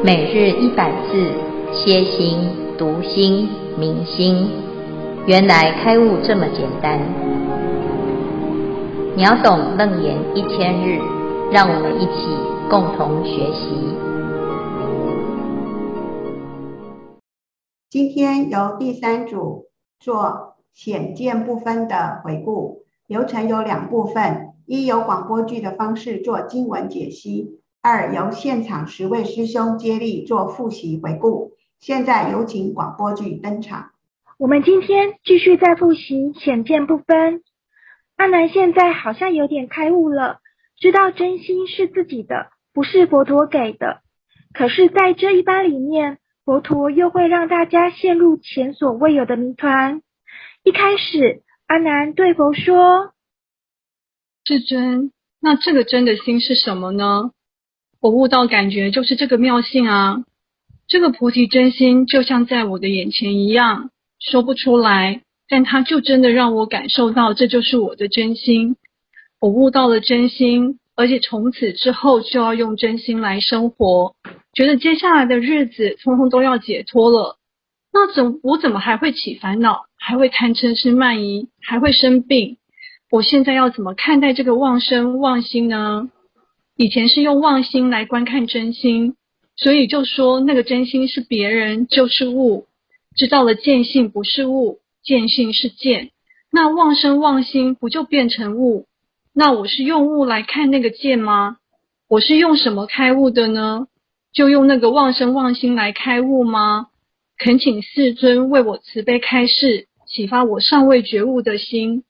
每日100字，歇心、读心、明心，原来开悟这么简单。秒懂楞严1000日，让我们一起共同学习。 今天由第3组做显见部分的回顾，流程有2部分：一由广播剧的方式做经文解析；2由现场10位师兄接力做复习回顾。现在有请广播剧登场。 我们今天继续在复习显见部分。阿难现在好像有点开悟了，知道真心是自己的，不是佛陀给的。可是在这一班里面，佛陀又会让大家陷入前所未有的谜团。一开始，阿难对佛说： 世尊，那这个真的心是什么呢？我悟到感觉就是这个妙性啊，这个菩提真心就像在我的眼前一样，说不出来，但它就真的让我感受到这就是我的真心。我悟到了真心，而且从此之后就要用真心来生活，觉得接下来的日子通通都要解脱了。那我怎么还会起烦恼，还会贪嗔痴慢疑，还会生病？我现在要怎么看待这个妄生妄心呢？以前是用妄心来观看真心，所以就说那个真心是别人就是物，知道了见性不是物，见性是见，那妄生妄心不就变成物？那我是用物来看那个见吗？我是用什么开悟的呢？就用那个妄生妄心来开悟吗？恳请世尊为我慈悲开示，启发我尚未觉悟的心。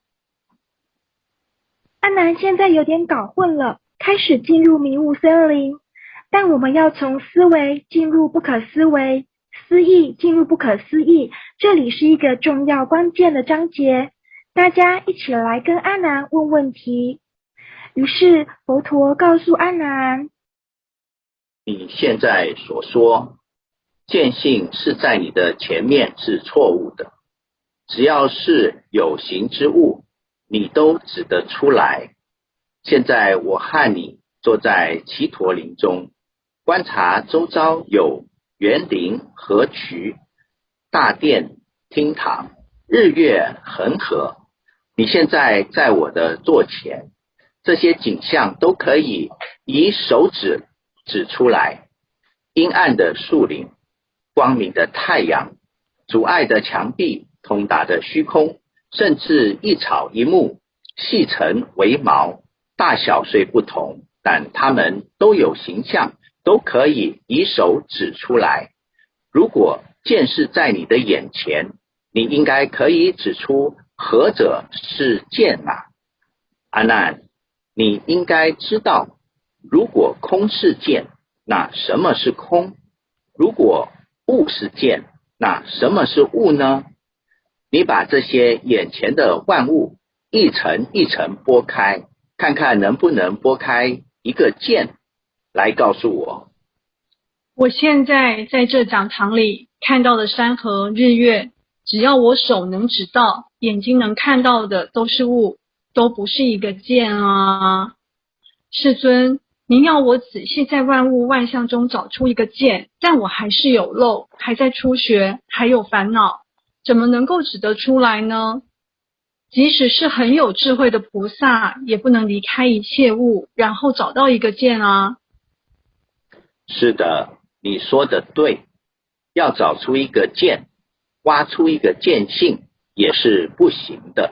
阿难现在有点搞混了，开始进入迷雾森林。但我们要从思维进入不可思维，思议进入不可思议，这里是一个重要关键的章节。大家一起来跟阿难问问题。于是佛陀告诉阿难： 你现在所说见性是在你的前面是错误的，只要是有形之物，你都指得出来。现在我和你坐在祇陀林中，观察周遭有园林、河渠、大殿、厅堂、日月恒河。你现在在我的座前，这些景象都可以以手指指出来。阴暗的树林，光明的太阳，阻碍的墙壁，通达的虚空，甚至一草一木，细尘为毛，大小虽不同，但它们都有形象，都可以以手指出来。如果见是在你的眼前，你应该可以指出何者是见啊？阿难，你应该知道，如果空是见，那什么是空？如果物是见，那什么是物呢？你把这些眼前的万物一层一层剥开，看看能不能剥开一个见来告诉我。 我现在在这讲堂里看到的山河日月，只要我手能指到，眼睛能看到的都是物，都不是一个见啊。世尊，您要我仔细在万物万象中找出一个见，但我还是有漏，还在初学，还有烦恼，怎么能够指得出来呢？即使是很有智慧的菩萨，也不能离开一切物，然后找到一个见啊。 是的，你说的对，要找出一个见，挖出一个见性也是不行的。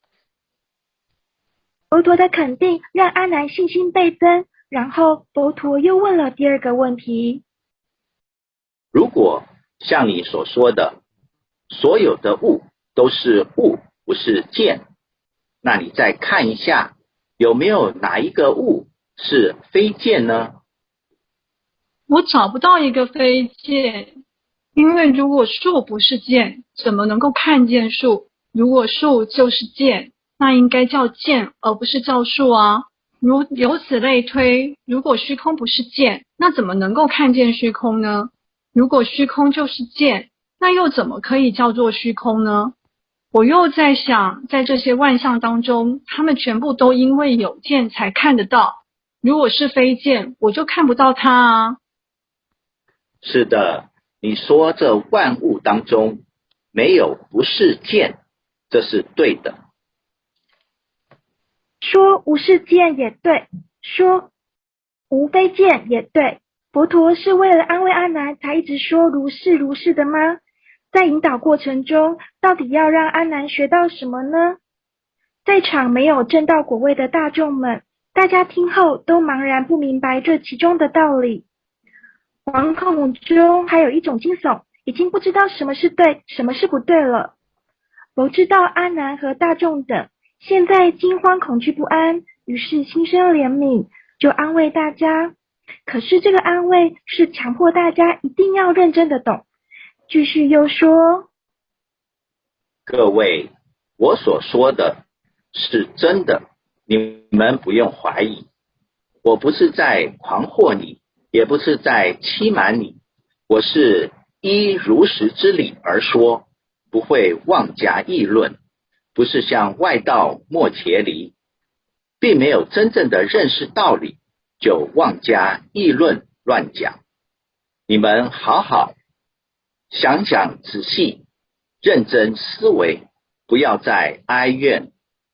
佛陀的肯定让阿难信心倍增，然后佛陀又问了第2个问题： 如果像你所说的，所有的物都是物，不是见，那你再看一下，有没有哪一个物是非见呢？ 我找不到一个非见，因为如果树不是见，怎么能够看见树？如果树就是见，那应该叫见，而不是叫树啊。由此类推，如果虚空不是见，那怎么能够看见虚空呢？如果虚空就是见，那又怎么可以叫做虚空呢？我又在想，在这些万象当中，他们全部都因为有见才看得到，如果是非见，我就看不到它啊。 是的，你说这万物当中没有不是见，这是对的。 说无是见也对，说无非见也对。佛陀是为了安慰阿难才一直说如是如是的吗？在引导过程中，到底要让阿难学到什么呢？在场没有证道果位的大众们，大家听后都茫然不明白这其中的道理。惶恐中还有一种惊悚，已经不知道什么是对，什么是不对了。佛知道阿难和大众等现在惊慌恐惧不安，于是心生怜悯，就安慰大家。可是这个安慰是强迫大家一定要认真的懂。继续又说， 各位，我所说的是真的，你们不用怀疑。我不是在狂惑你，也不是在欺瞒你，我是依如实之理而说，不会妄加议论，不是像外道莫伽离，并没有真正的认识道理，就妄加议论乱讲。你们好好想想仔细，认真思维，不要再哀怨。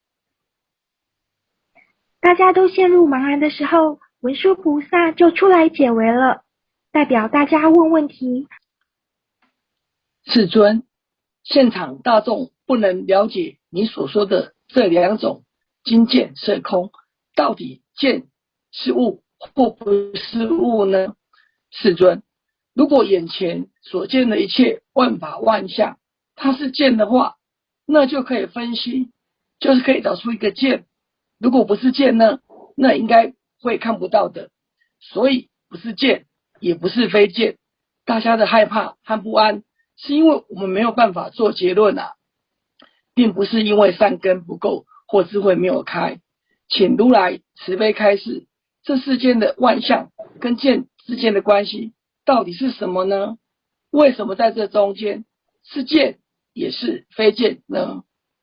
大家都陷入茫然的时候，文殊菩萨就出来解围了，代表大家问问题。 世尊，现场大众不能了解你所说的这两种经见色空，到底见是物或不是物呢？世尊，如果眼前所见的一切万法万象，它是见的话，那就可以分析，就是可以找出一个见。如果不是见呢，那应该会看不到的。所以不是见，也不是非见。大家的害怕和不安，是因为我们没有办法做结论啊，并不是因为善根不够或智慧没有开。请如来慈悲开示，这世间的万象跟见之间的关系到底是什么呢？为什么在这中间是见也是非见呢？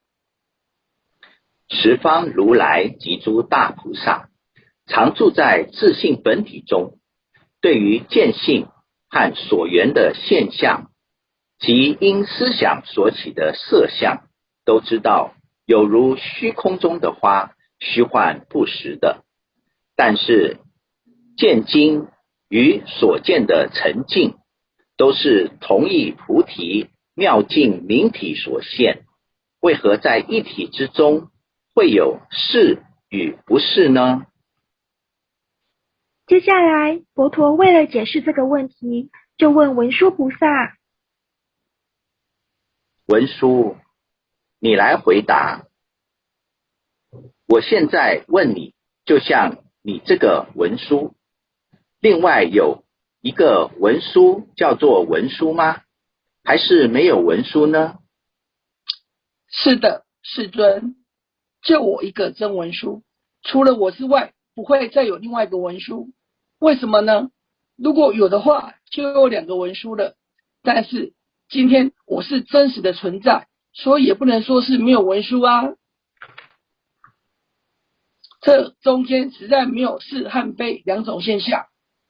十方如来及诸大菩萨常住在自性本体中，对于见性和所缘的现象及因思想所起的色相，都知道有如虚空中的花，虚幻不实的。但是见经与所见的沉静，都是同一菩提妙境明体所现，为何在一体之中会有是与不是呢？ 接下来，佛陀为了解释这个问题，就问文殊菩萨： 文殊，你来回答。我现在问你，就像你这个文殊，另外有一个文殊叫做文殊吗？还是没有文殊呢？ 是的，世尊，就我一个真文殊，除了我之外，不会再有另外一个文殊。为什么呢？如果有的话，就有两个文殊了。但是今天我是真实的存在，所以也不能说是没有文殊啊。这中间实在没有是和非两种现象。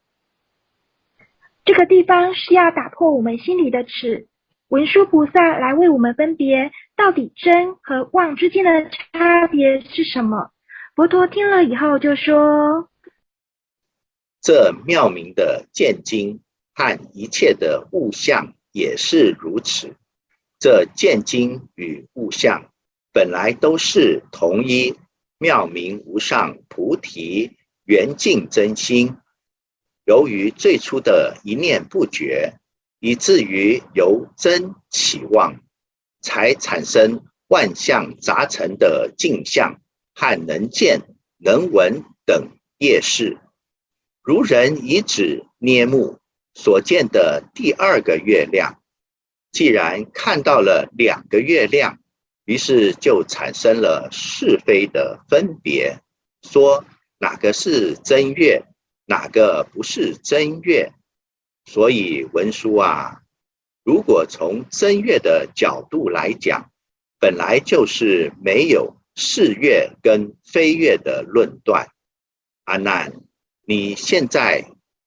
这个地方是要打破我们心里的尺，文殊菩萨来为我们分别到底真和妄之间的差别是什么。佛陀听了以后就说： 这妙明的见经和一切的物象也是如此。这见经与物象本来都是同一妙明无上菩提圆净真心，由于最初的一念不觉，以至于由真起妄，才产生万象杂陈的镜像和能见能闻等业事。如人以指捏目所见的第二个月亮，既然看到了两个月亮，于是就产生了是非的分别，说哪个是真月，哪个不是真月。所以文殊啊，如果从真月的角度来讲，本来就是没有是月跟非月的论断。阿难，你现在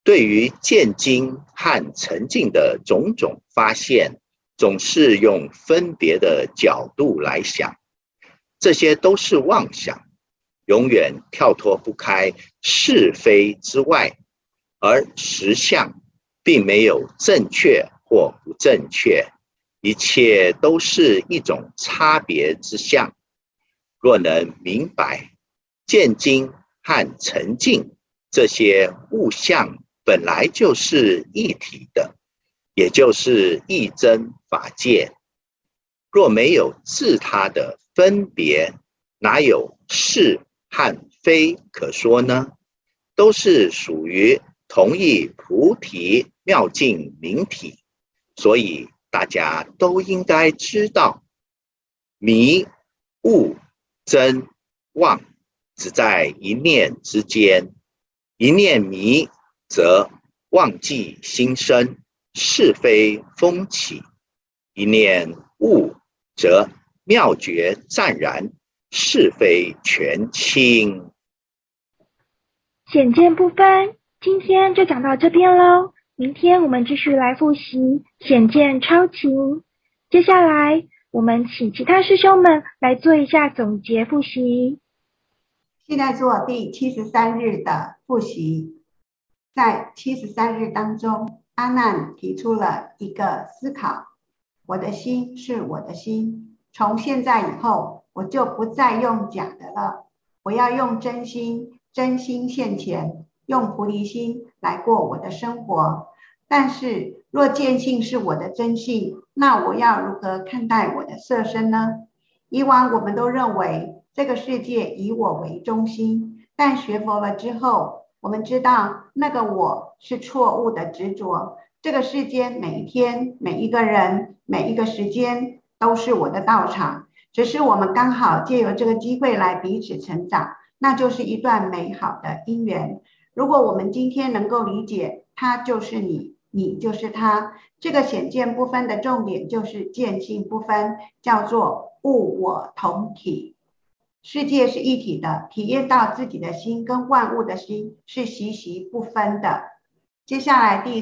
对于见经和沉静的种种发现，总是用分别的角度来想，这些都是妄想，永远跳脱不开是非之外，而实相并没有正确或不正确，一切都是一种差别之相。若能明白见经和沉静这些物象本来就是一体的，也就是一真法界，若没有自他的分别，哪有是和非可说呢？都是属于同一菩提妙境明体，所以大家都应该知道，迷、悟、真、妄只在一念之间，一念迷则忘记心生，是非风起；一念悟则妙觉湛然，是非全清。 显见部分今天就讲到这边咯，明天我们继续来复习显见超情。接下来我们请其他师兄们来做一下总结复习。 现在做第73日的复习。在73日当中，阿难提出了一个思考：我的心是我的心，从现在以后我就不再用假的了，我要用真心，真心现前，用菩提心来过我的生活。但是若见性是我的真性，那我要如何看待我的色身呢？以往我们都认为这个世界以我为中心，但学佛了之后，我们知道那个我是错误的执着。这个世间每一天、每一个人、每一个时间都是我的道场，只是我们刚好借由这个机会来彼此成长，那就是一段美好的因缘。如果我们今天能够理解他就是你，你就是他，这个显见不分的重点就是见性不分，叫做物我同体。世界是一体的，体验到自己的心跟万物的心是息息不分的。接下来第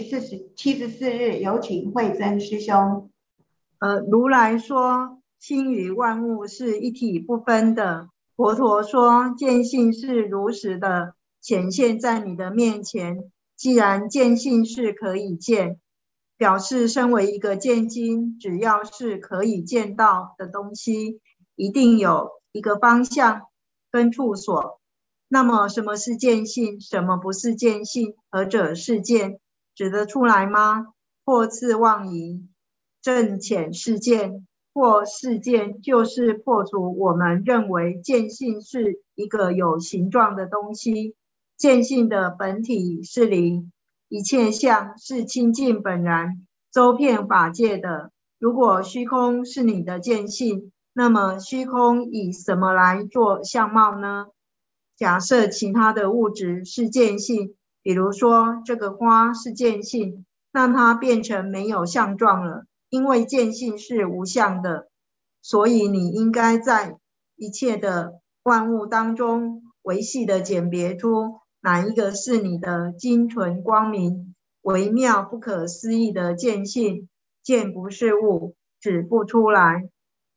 74日有请慧增师兄。 如来说心与万物是一体不分的，佛陀说见性是如实的显现在你的面前。既然见性是可以见，表示身为一个见经，只要是可以见到的东西，一定有一个方向跟处所。那么什么是见性，什么不是见性，何者是见，指得出来吗？或自妄疑，正浅是见，或是见，就是破除我们认为见性是一个有形状的东西。见性的本体是离，一切相是清净本然，周遍法界的。如果虚空是你的见性，那么虚空以什么来做相貌呢？假设其他的物质是见性，比如说这个花是见性，让它变成没有相状了，因为见性是无相的，所以你应该在一切的万物当中维系的鉴别出哪一个是你的精纯光明微妙不可思议的见性。见不是物，指不出来。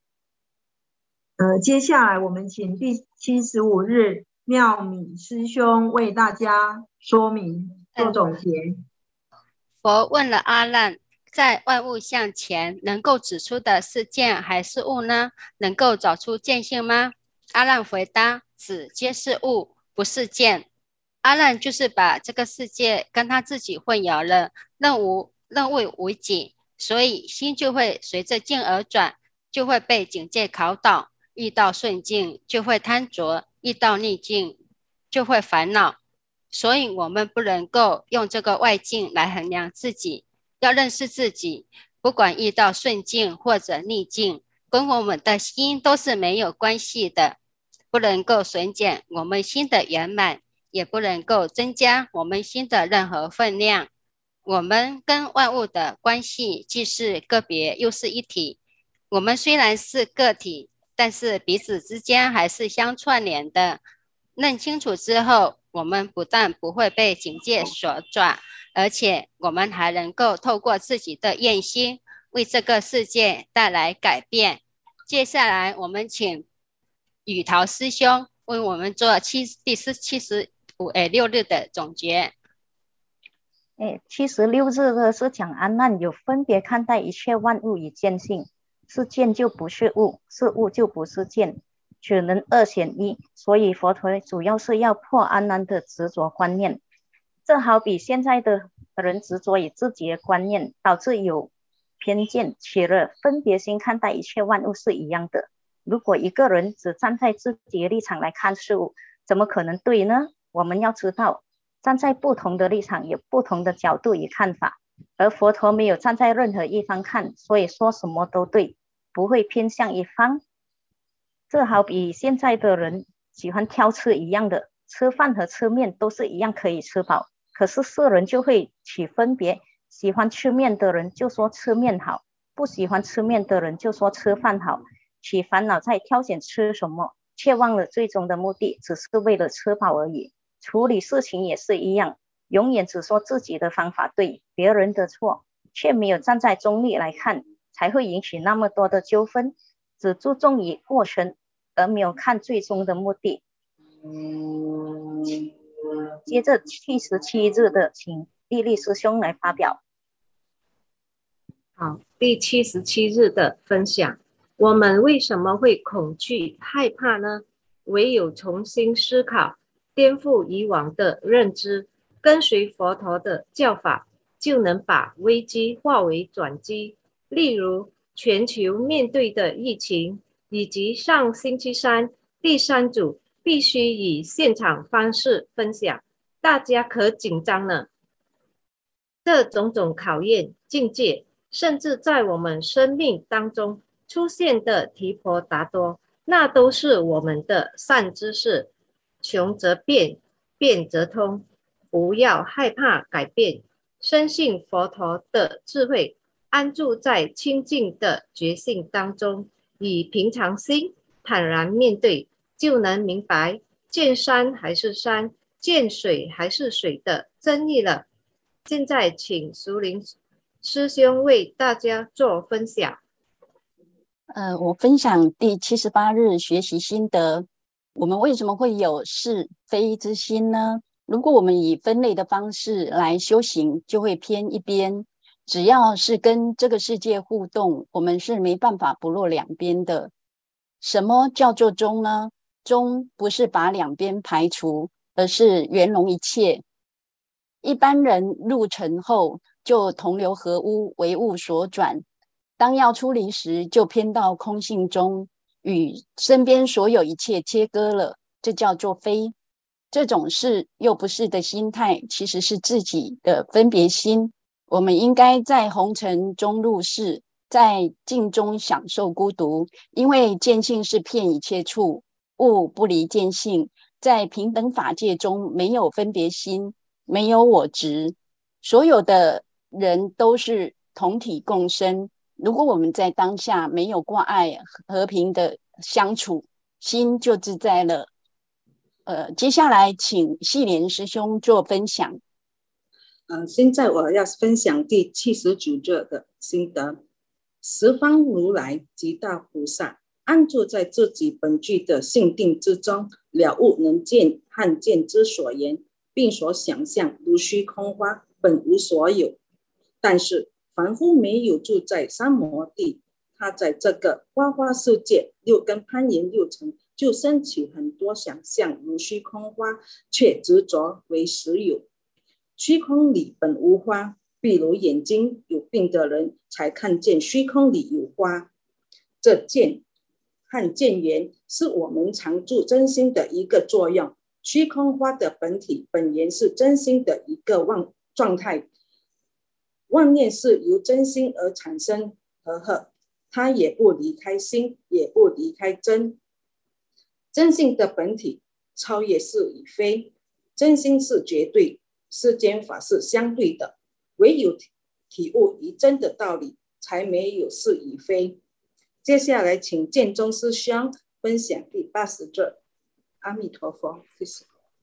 接下来我们请第75日妙敏师兄为大家说明做总结。 佛问了阿难，在万物向前能够指出的是见还是物呢？能够找出见性吗？阿难回答：指皆是物，不是见。阿难就是把这个世界跟他自己混淆了，认为无己，所以心就会随着境而转，就会被境界考倒。遇到顺境就会贪着，遇到逆境就会烦恼。所以我们不能够用这个外境来衡量自己，要认识自己，不管遇到顺境或者逆境，跟我们的心都是没有关系的，不能够损减我们心的圆满，也不能够增加我们心的任何分量。我们跟万物的关系既是个别又是一体，我们虽然是个体，但是彼此之间还是相串联的。认清楚之后， 我们不但不会被警戒所抓，而且我们还能够透过自己的愿心，为这个世界带来改变。接下来，我们请宇桃师兄为我们做第76日的总结。 76日呢是讲阿难有分别看待一切万物与见性，是见就不是物，是物就不是见，只能二选一。所以佛陀主要是要破阿难的执着观念。这好比现在的人执着于自己的观念，导致有偏见，起了分别心看待一切万物是一样的。如果一个人只站在自己的立场来看事物，怎么可能对呢？我们要知道，站在不同的立场有不同的角度与看法，而佛陀没有站在任何一方看，所以说什么都对，不会偏向一方。这好比现在的人喜欢挑吃一样的，吃饭和吃面都是一样可以吃饱，可是世人就会起分别，喜欢吃面的人就说吃面好，不喜欢吃面的人就说吃饭好，起烦恼在挑选吃什么，却忘了最终的目的只是为了吃饱而已。处理事情也是一样，永远只说自己的方法对，别人的错，却没有站在中立来看，才会引起那么多的纠纷，只注重于过程，而没有看最终的目的。接着77日的请丽丽师兄来发表。 好，第77日的分享，我们为什么会恐惧害怕呢？唯有重新思考，颠覆以往的认知，跟随佛陀的教法，就能把危机化为转机。例如全球面对的疫情，以及上星期三第3组必须以现场方式分享，大家可紧张了。这种种考验境界，甚至在我们生命当中出现的提婆达多，那都是我们的善知识。穷则变，变则通，不要害怕改变，深信佛陀的智慧，安住在清净的觉性当中，以平常心坦然面对，就能明白见山还是山，见水还是水的真义了。现在请淑林师兄为大家做分享。 我分享第78日学习心得。我们为什么会有是非之心呢？如果我们以分类的方式来修行，就会偏一边。只要是跟这个世界互动，我们是没办法不落两边的。什么叫做中呢？中不是把两边排除，而是圆融一切。一般人入尘后，就同流合污，为物所转。当要出离时，就偏到空性中，与身边所有一切切割了，这叫做非。这种是又不是的心态，其实是自己的分别心。我们应该在红尘中入世，在静中享受孤独，因为见性是遍一切处，物不离见性。在平等法界中，没有分别心，没有我执，所有的人都是同体共生。如果我们在当下没有挂碍，和平的相处，心就自在了。接下来请细莲师兄做分享。 现在我要分享第79日的心得。十方如来及大菩萨安住在自己本具的性定之中，了悟能见和见之所言，并所想象如虚空花，本无所有。但是凡夫没有住在三摩地，他在这个花花世界六根攀缘六尘，就升起很多想象如虚空花，却执着为实有。虚空里本无花，譬如眼睛有病的人才看见虚空里有花。这见和见缘是我们常住真心的一个作用。虚空花的本体本源是真心的一个状态，妄念是由真心而产生，它也不离开心，也不离开真。真性的本体超越是与非，真心是绝对，世间法是相对的，唯有体悟于真的道理，才没有是与非。接下来请建中师兄分享第80日。阿弥陀佛，谢谢。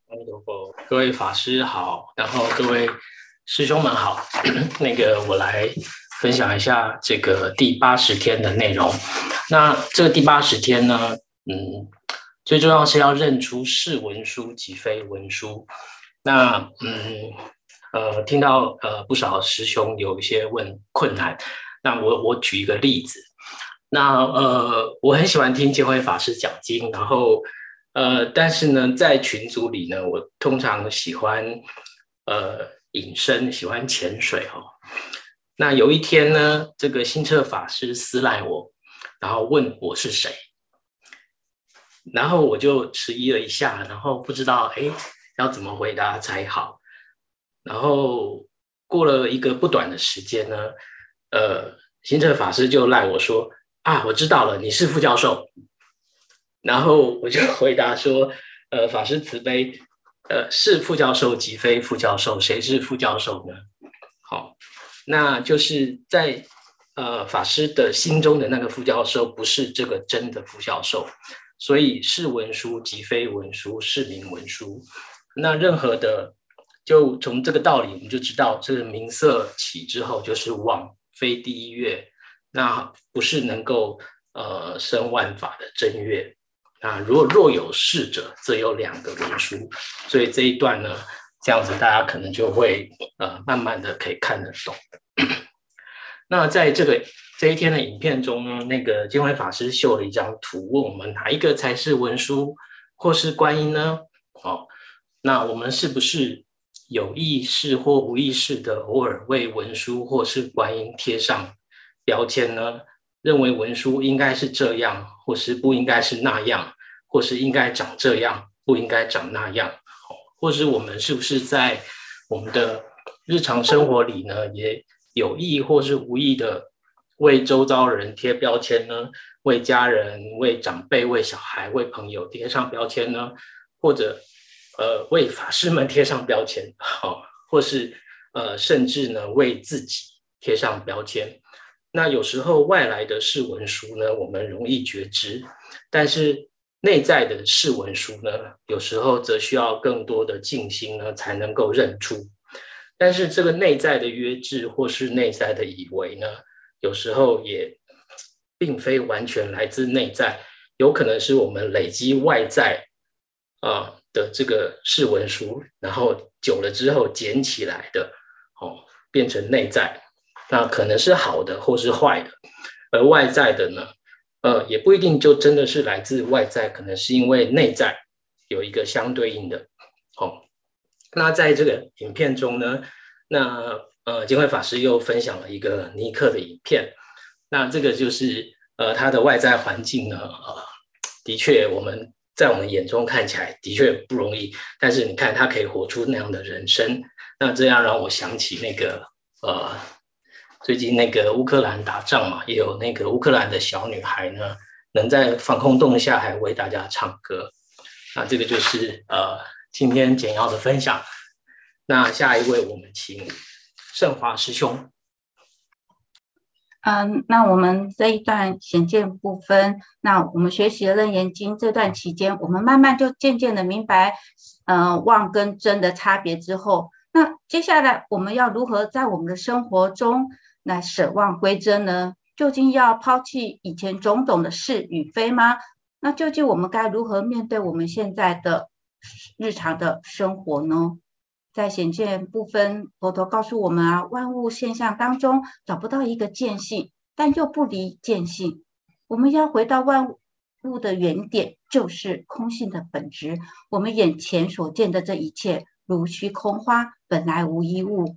阿弥陀佛，各位法师好，然后各位师兄们好。我来分享一下这个第80天的内容。那这个第80天呢，最重要是要认出是文书即非文书。那听到不少师兄有一些问困难，那我举一个例子。那我很喜欢听建辉法师讲经，然后但是呢，在群组里呢，我通常喜欢隐身，喜欢潜水哦。那有一天呢，这个新彻法师私赖我，然后问我是谁，然后我就迟疑了一下，然后不知道要怎么回答才好。然后过了一个不短的时间呢，新彻法师就赖我说啊，我知道了，你是副教授。然后我就回答说，法师慈悲，是副教授即非副教授，谁是副教授呢？好，那就是在法师的心中的那个副教授，不是这个真的副教授，所以是文书即非文书，是名文书。那任何的，就从这个道理，我们就知道，这个名色起之后，就是妄，非第一乐，那不是能够生万法的真乐。那若有是者，则有2个文书。所以这一段呢，这样子大家可能就会慢慢的可以看得懂。那在这一天的影片中呢，那个建辉法师秀了一张图，问我们哪一个才是文书或是观音呢？那我们是不是有意识或无意识的偶尔为文书或是观音贴上标签呢？认为文书应该是这样，或是不应该是那样，或是应该长这样，不应该长那样，或是我们是不是在我们的日常生活里呢，也有意或是无意的为周遭人贴标签呢？为家人、为长辈、为小孩、为朋友贴上标签呢？或者为法师们贴上标签，或是甚至呢为自己贴上标签。那有时候外来的是文书呢，我们容易觉知，但是内在的是文书呢，有时候则需要更多的静心呢，才能够认出。但是这个内在的约制或是内在的以为呢，有时候也并非完全来自内在，有可能是我们累积外在的这个是文书，然后久了之后捡起来的，变成内在。那可能是好的或是坏的，而外在的呢，也不一定就真的是来自外在，可能是因为内在有一个相对应的。那在这个影片中呢，那建辉法师又分享了一个尼克的影片，那这个就是他的外在环境呢，的确我们在我们眼中看起来的确不容易，但是你看他可以活出那样的人生，那这样让我想起那个最近那个乌克兰打仗嘛，也有那个乌克兰的小女孩呢，能在防空洞下还为大家唱歌。那这个就是今天简要的分享。那下一位我们请盛华师兄。 那我们这一段显见部分，那我们学习了《楞严经》这段期间，我们慢慢就渐渐的明白妄跟真的差别之后，那接下来我们要如何在我们的生活中来舍妄归真呢？究竟要抛弃以前种种的是与非吗？那究竟我们该如何面对我们现在的日常的生活呢？在显见部分，佛陀告诉我们万物现象当中找不到一个见性，但又不离见性。我们要回到万物的原点，就是空性的本质。我们眼前所见的这一切，如虚空花，本来无一物。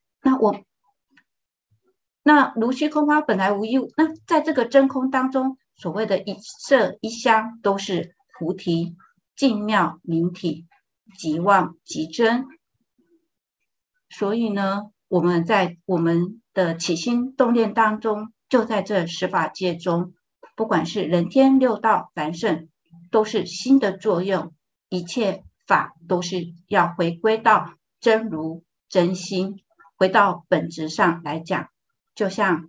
那如虚空花本来无一物，那在这个真空当中，所谓的一色一香，都是菩提、净妙、明体、即妄即真。所以呢，我们在我们的起心动念当中，就在这十法界中，不管是人天六道凡圣，都是心的作用，一切法都是要回归到真如真心，回到本质上来讲，就像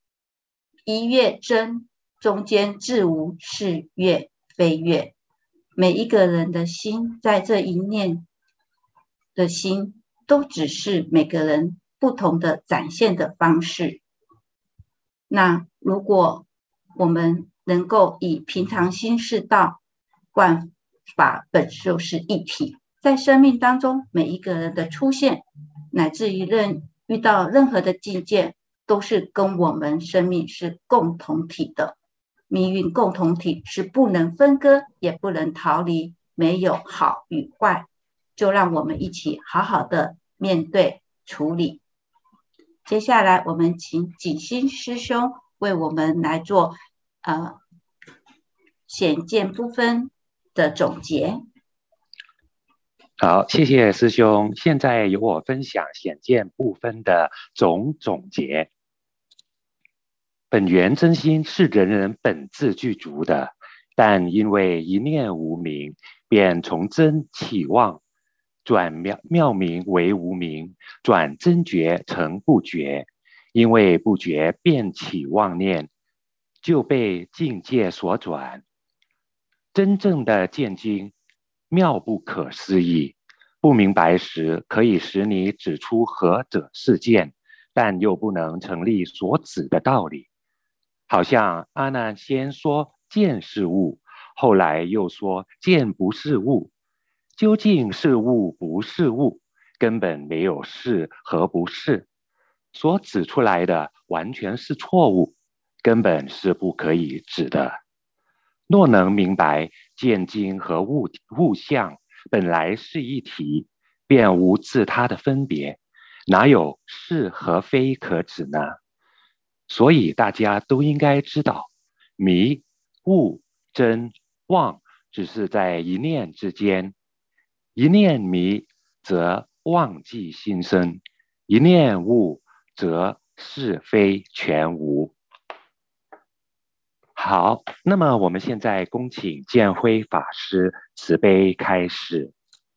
一月真，中间自无是月非月。 每一个人的心，在这一念的心，都只是每个人不同的展现的方式。那如果我们能够以平常心是道，万法本就是一体，在生命当中每一个人的出现，乃至于遇到任何的境界，都是跟我们生命是共同体的，命运共同体是不能分割也不能逃离，没有好与坏，就让我们一起好好的面对处理。接下来我们请景心师兄为我们来做显见部分的总结。 好，谢谢师兄。现在由我分享显见部分的总结。本源真心是人人本自具足的，但因为一念无明，便从真起妄，转妙明为无明，转真觉成不觉。因为不觉便起妄念，就被境界所转。真正的见经妙不可思议，不明白时可以使你指出何者是见，但又不能成立所指的道理。好像阿难先说见是物，后来又说见不是物，究竟是物不是物，根本没有是和不是，所指出来的完全是错误，根本是不可以指的。若能明白见经和物象本来是一体，便无自他的分别，哪有是和非可指呢？所以大家都应该知道，迷、悟、真、妄只是在一念之间，一念迷则忘记心生，一念悟则是非全无。好，那么我们现在恭请建辉法师慈悲开示。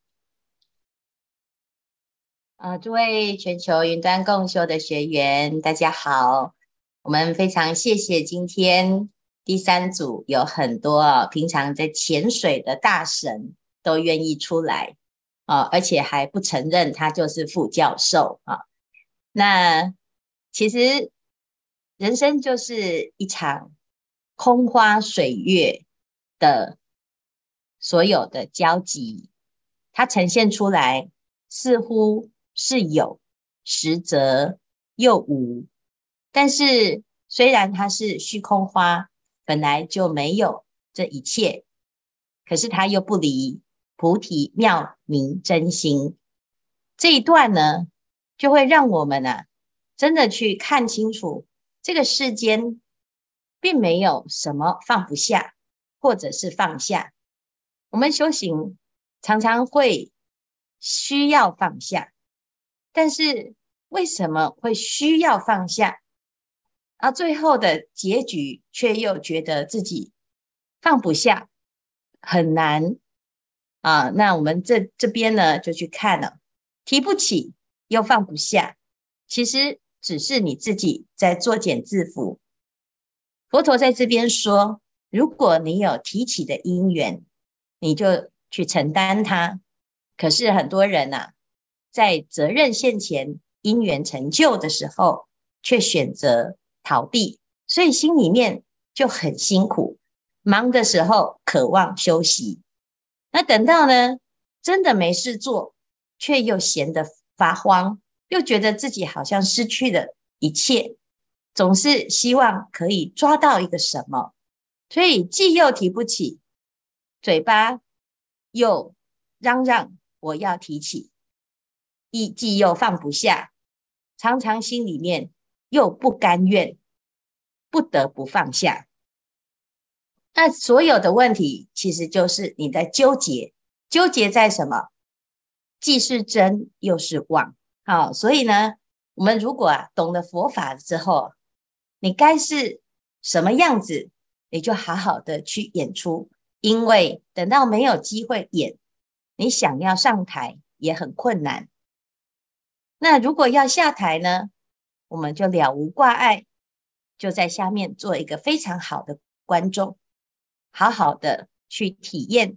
诸位全球云端共修的学员，大家好。我们非常谢谢今天第三组有很多平常在潜水的大神都愿意出来而且还不承认他就是副教授那其实人生就是一场空花水月的所有的交集，它呈现出来似乎是有，实则又无。但是虽然它是虚空花，本来就没有这一切，可是它又不离菩提妙明真心。这一段呢，就会让我们真的去看清楚，这个世间并没有什么放不下，或者是放下。我们修行常常会需要放下，但是为什么会需要放下？最后的结局却又觉得自己放不下，很难那我们这边呢就去看了，提不起又放不下，其实只是你自己在作茧自缚。佛陀在这边说，如果你有提起的因缘，你就去承担它。可是很多人在责任现前，因缘成就的时候，却选择逃避，所以心里面就很辛苦。忙的时候渴望休息，那等到呢真的没事做，却又闲得发慌，又觉得自己好像失去了一切，总是希望可以抓到一个什么，所以既又提不起，嘴巴又嚷嚷我要提起，既又放不下，常常心里面又不甘愿，不得不放下。那所有的问题其实就是你在纠结，纠结在什么？既是真又是妄。所以呢，我们如果懂了佛法之后，你该是什么样子，你就好好的去演出。因为等到没有机会演，你想要上台也很困难。那如果要下台呢，我们就了无挂碍，就在下面做一个非常好的观众，好好的去体验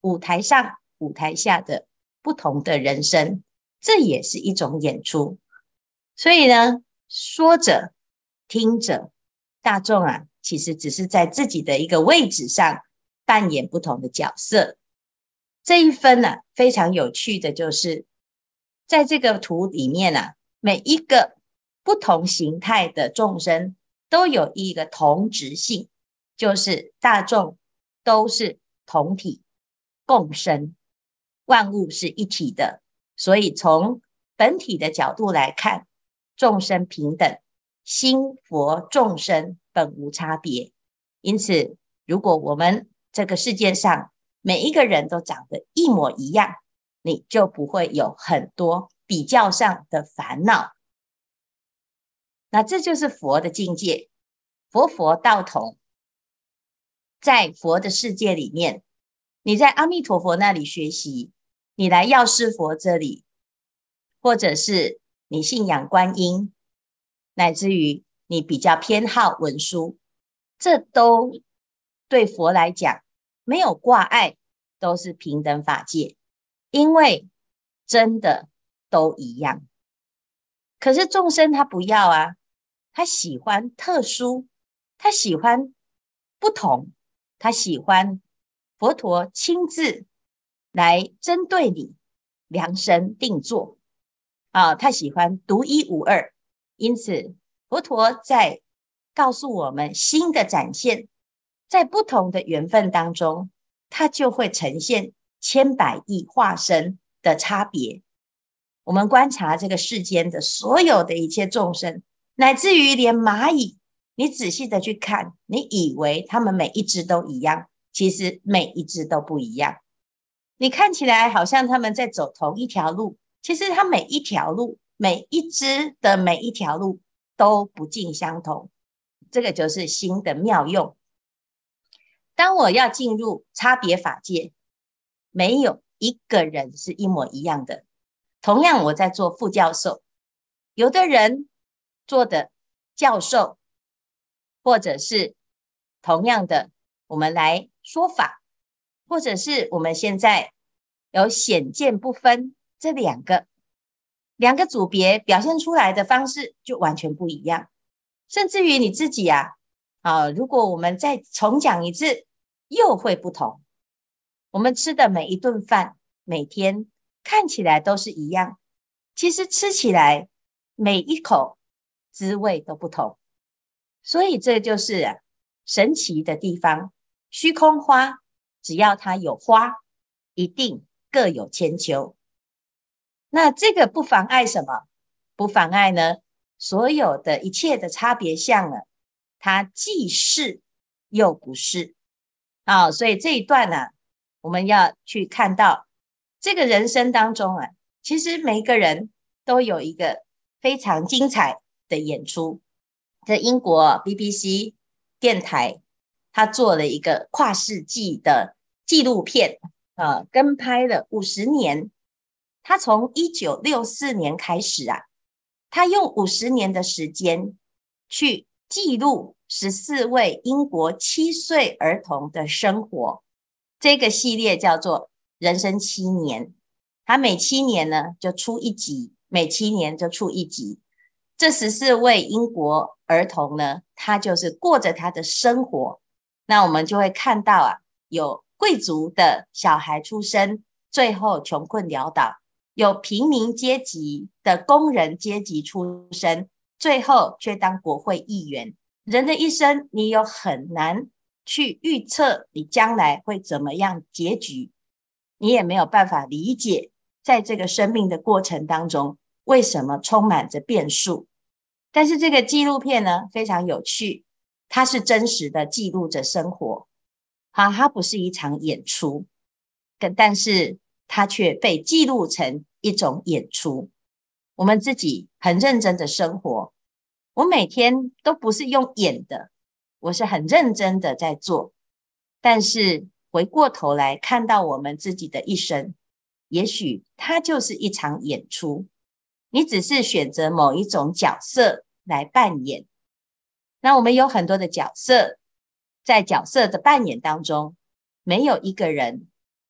舞台上、舞台下的不同的人生，这也是一种演出。所以呢，说者、听者、大众啊，其实只是在自己的一个位置上扮演不同的角色。这一分呢，非常有趣的就是，在这个图里面啊，每一个不同形态的众生都有一个同质性，就是大众都是同体共生，万物是一体的。所以从本体的角度来看，众生平等，心佛众生本无差别。因此，如果我们这个世界上每一个人都长得一模一样，你就不会有很多比较上的烦恼。那这就是佛的境界，佛道同。在佛的世界里面，你在阿弥陀佛那里学习，你来药师佛这里，或者是你信仰观音，乃至于你比较偏好文殊，这都对佛来讲没有挂碍，都是平等法界，因为真的都一样。可是众生他不要啊，他喜欢特殊，他喜欢不同，他喜欢佛陀亲自来针对你量身定做啊，他喜欢独一无二。因此佛陀在告诉我们新的展现，在不同的缘分当中，它就会呈现千百亿化身的差别。我们观察这个世间的所有的一切众生，乃至于连蚂蚁，你仔细的去看，你以为它们每一只都一样，其实每一只都不一样。你看起来好像它们在走同一条路，其实它每一条路，每一只的每一条路都不尽相同。这个就是心的妙用。当我要进入差别法界，没有一个人是一模一样的。同样我在做副教授，有的人做的教授，或者是同样的我们来说法，或者是我们现在有显见不分，这两个组别表现出来的方式就完全不一样。甚至于你自己如果我们再重讲一次，又会不同。我们吃的每一顿饭，每天看起来都是一样，其实吃起来每一口滋味都不同。所以这就是神奇的地方。虚空花，只要它有花，一定各有千秋。那这个不妨碍什么？不妨碍呢，所有的一切的差别相呢，它既是又不是。所以这一段呢，我们要去看到这个人生当中其实每一个人都有一个非常精彩的演出。在英国 BBC 电台，他做了一个跨世纪的纪录片跟拍了50年。他从1964年开始他用50年的时间去记录14位英国7岁儿童的生活。这个系列叫做人生7年，他每7年呢就出一集，每7年就出一集。这14位英国儿童呢，他就是过着他的生活。那我们就会看到有贵族的小孩出生，最后穷困潦倒；有平民阶级的工人阶级出身，最后却当国会议员。人的一生，你有很难去预测你将来会怎么样结局，你也没有办法理解在这个生命的过程当中为什么充满着变数。但是这个纪录片呢非常有趣，它是真实的记录着生活，它不是一场演出，但是它却被记录成一种演出。我们自己很认真的生活，我每天都不是用演的，我是很认真的在做。但是回过头来看到我们自己的一生，也许它就是一场演出，你只是选择某一种角色来扮演。那我们有很多的角色，在角色的扮演当中，没有一个人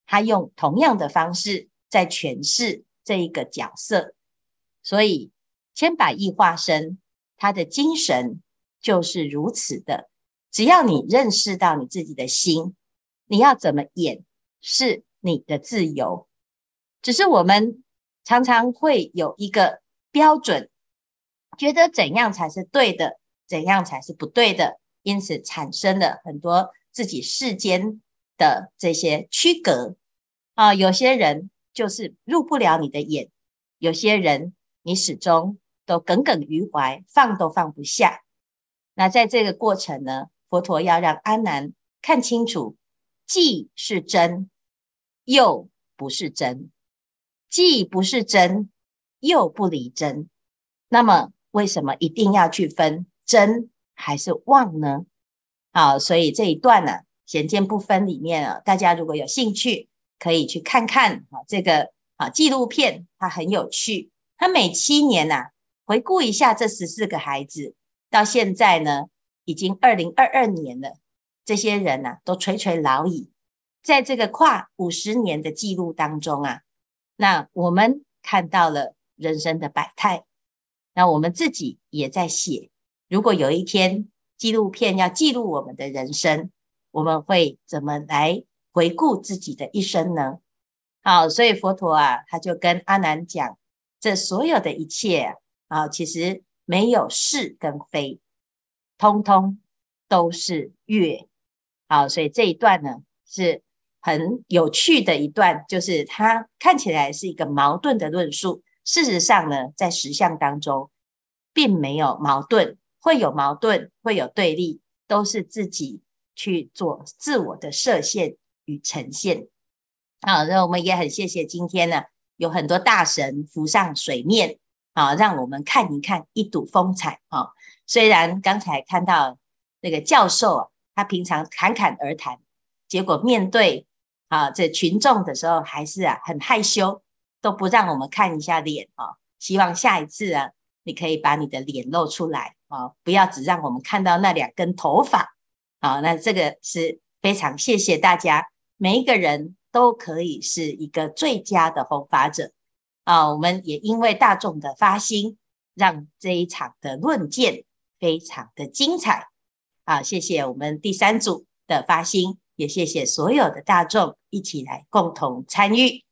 他用同样的方式在诠释这一个角色。所以千百亿化身，他的精神就是如此的。只要你认识到你自己的心，你要怎么演是你的自由。只是我们常常会有一个标准，觉得怎样才是对的，怎样才是不对的，因此产生了很多自己世间的这些区隔有些人就是入不了你的眼，有些人你始终都耿耿于怀，放都放不下。那在这个过程呢，佛陀要让阿难看清楚，既是真又不是真，既不是真又不离真，那么为什么一定要去分真还是妄呢？好，所以这一段呢，显见不分里面大家如果有兴趣可以去看看这个纪录片，它很有趣。它每7年回顾一下这14个孩子，到现在呢已经2022年了，这些人都垂垂老矣。在这个跨50年的记录当中那我们看到了人生的百态，那我们自己也在写，如果有一天纪录片要记录我们的人生，我们会怎么来回顾自己的一生呢？好，所以佛陀他就跟阿难讲，这所有的一切其实没有是跟非，通通都是乐。好，所以这一段呢是很有趣的一段，就是它看起来是一个矛盾的论述，事实上呢在实相当中并没有矛盾，会有矛盾，会有对立，都是自己去做自我的设限与呈现。好，那我们也很谢谢今天呢有很多大神浮上水面让我们看一看，一睹风采虽然刚才看到那个教授他平常侃侃而谈，结果面对这群众的时候还是很害羞，都不让我们看一下脸希望下一次你可以把你的脸露出来不要只让我们看到那2根头发那这个是非常谢谢大家，每一个人都可以是一个最佳的弘法者我们也因为大众的发心，让这一场的论剑非常的精彩谢谢我们第3组的发心，也谢谢所有的大众一起来共同参与。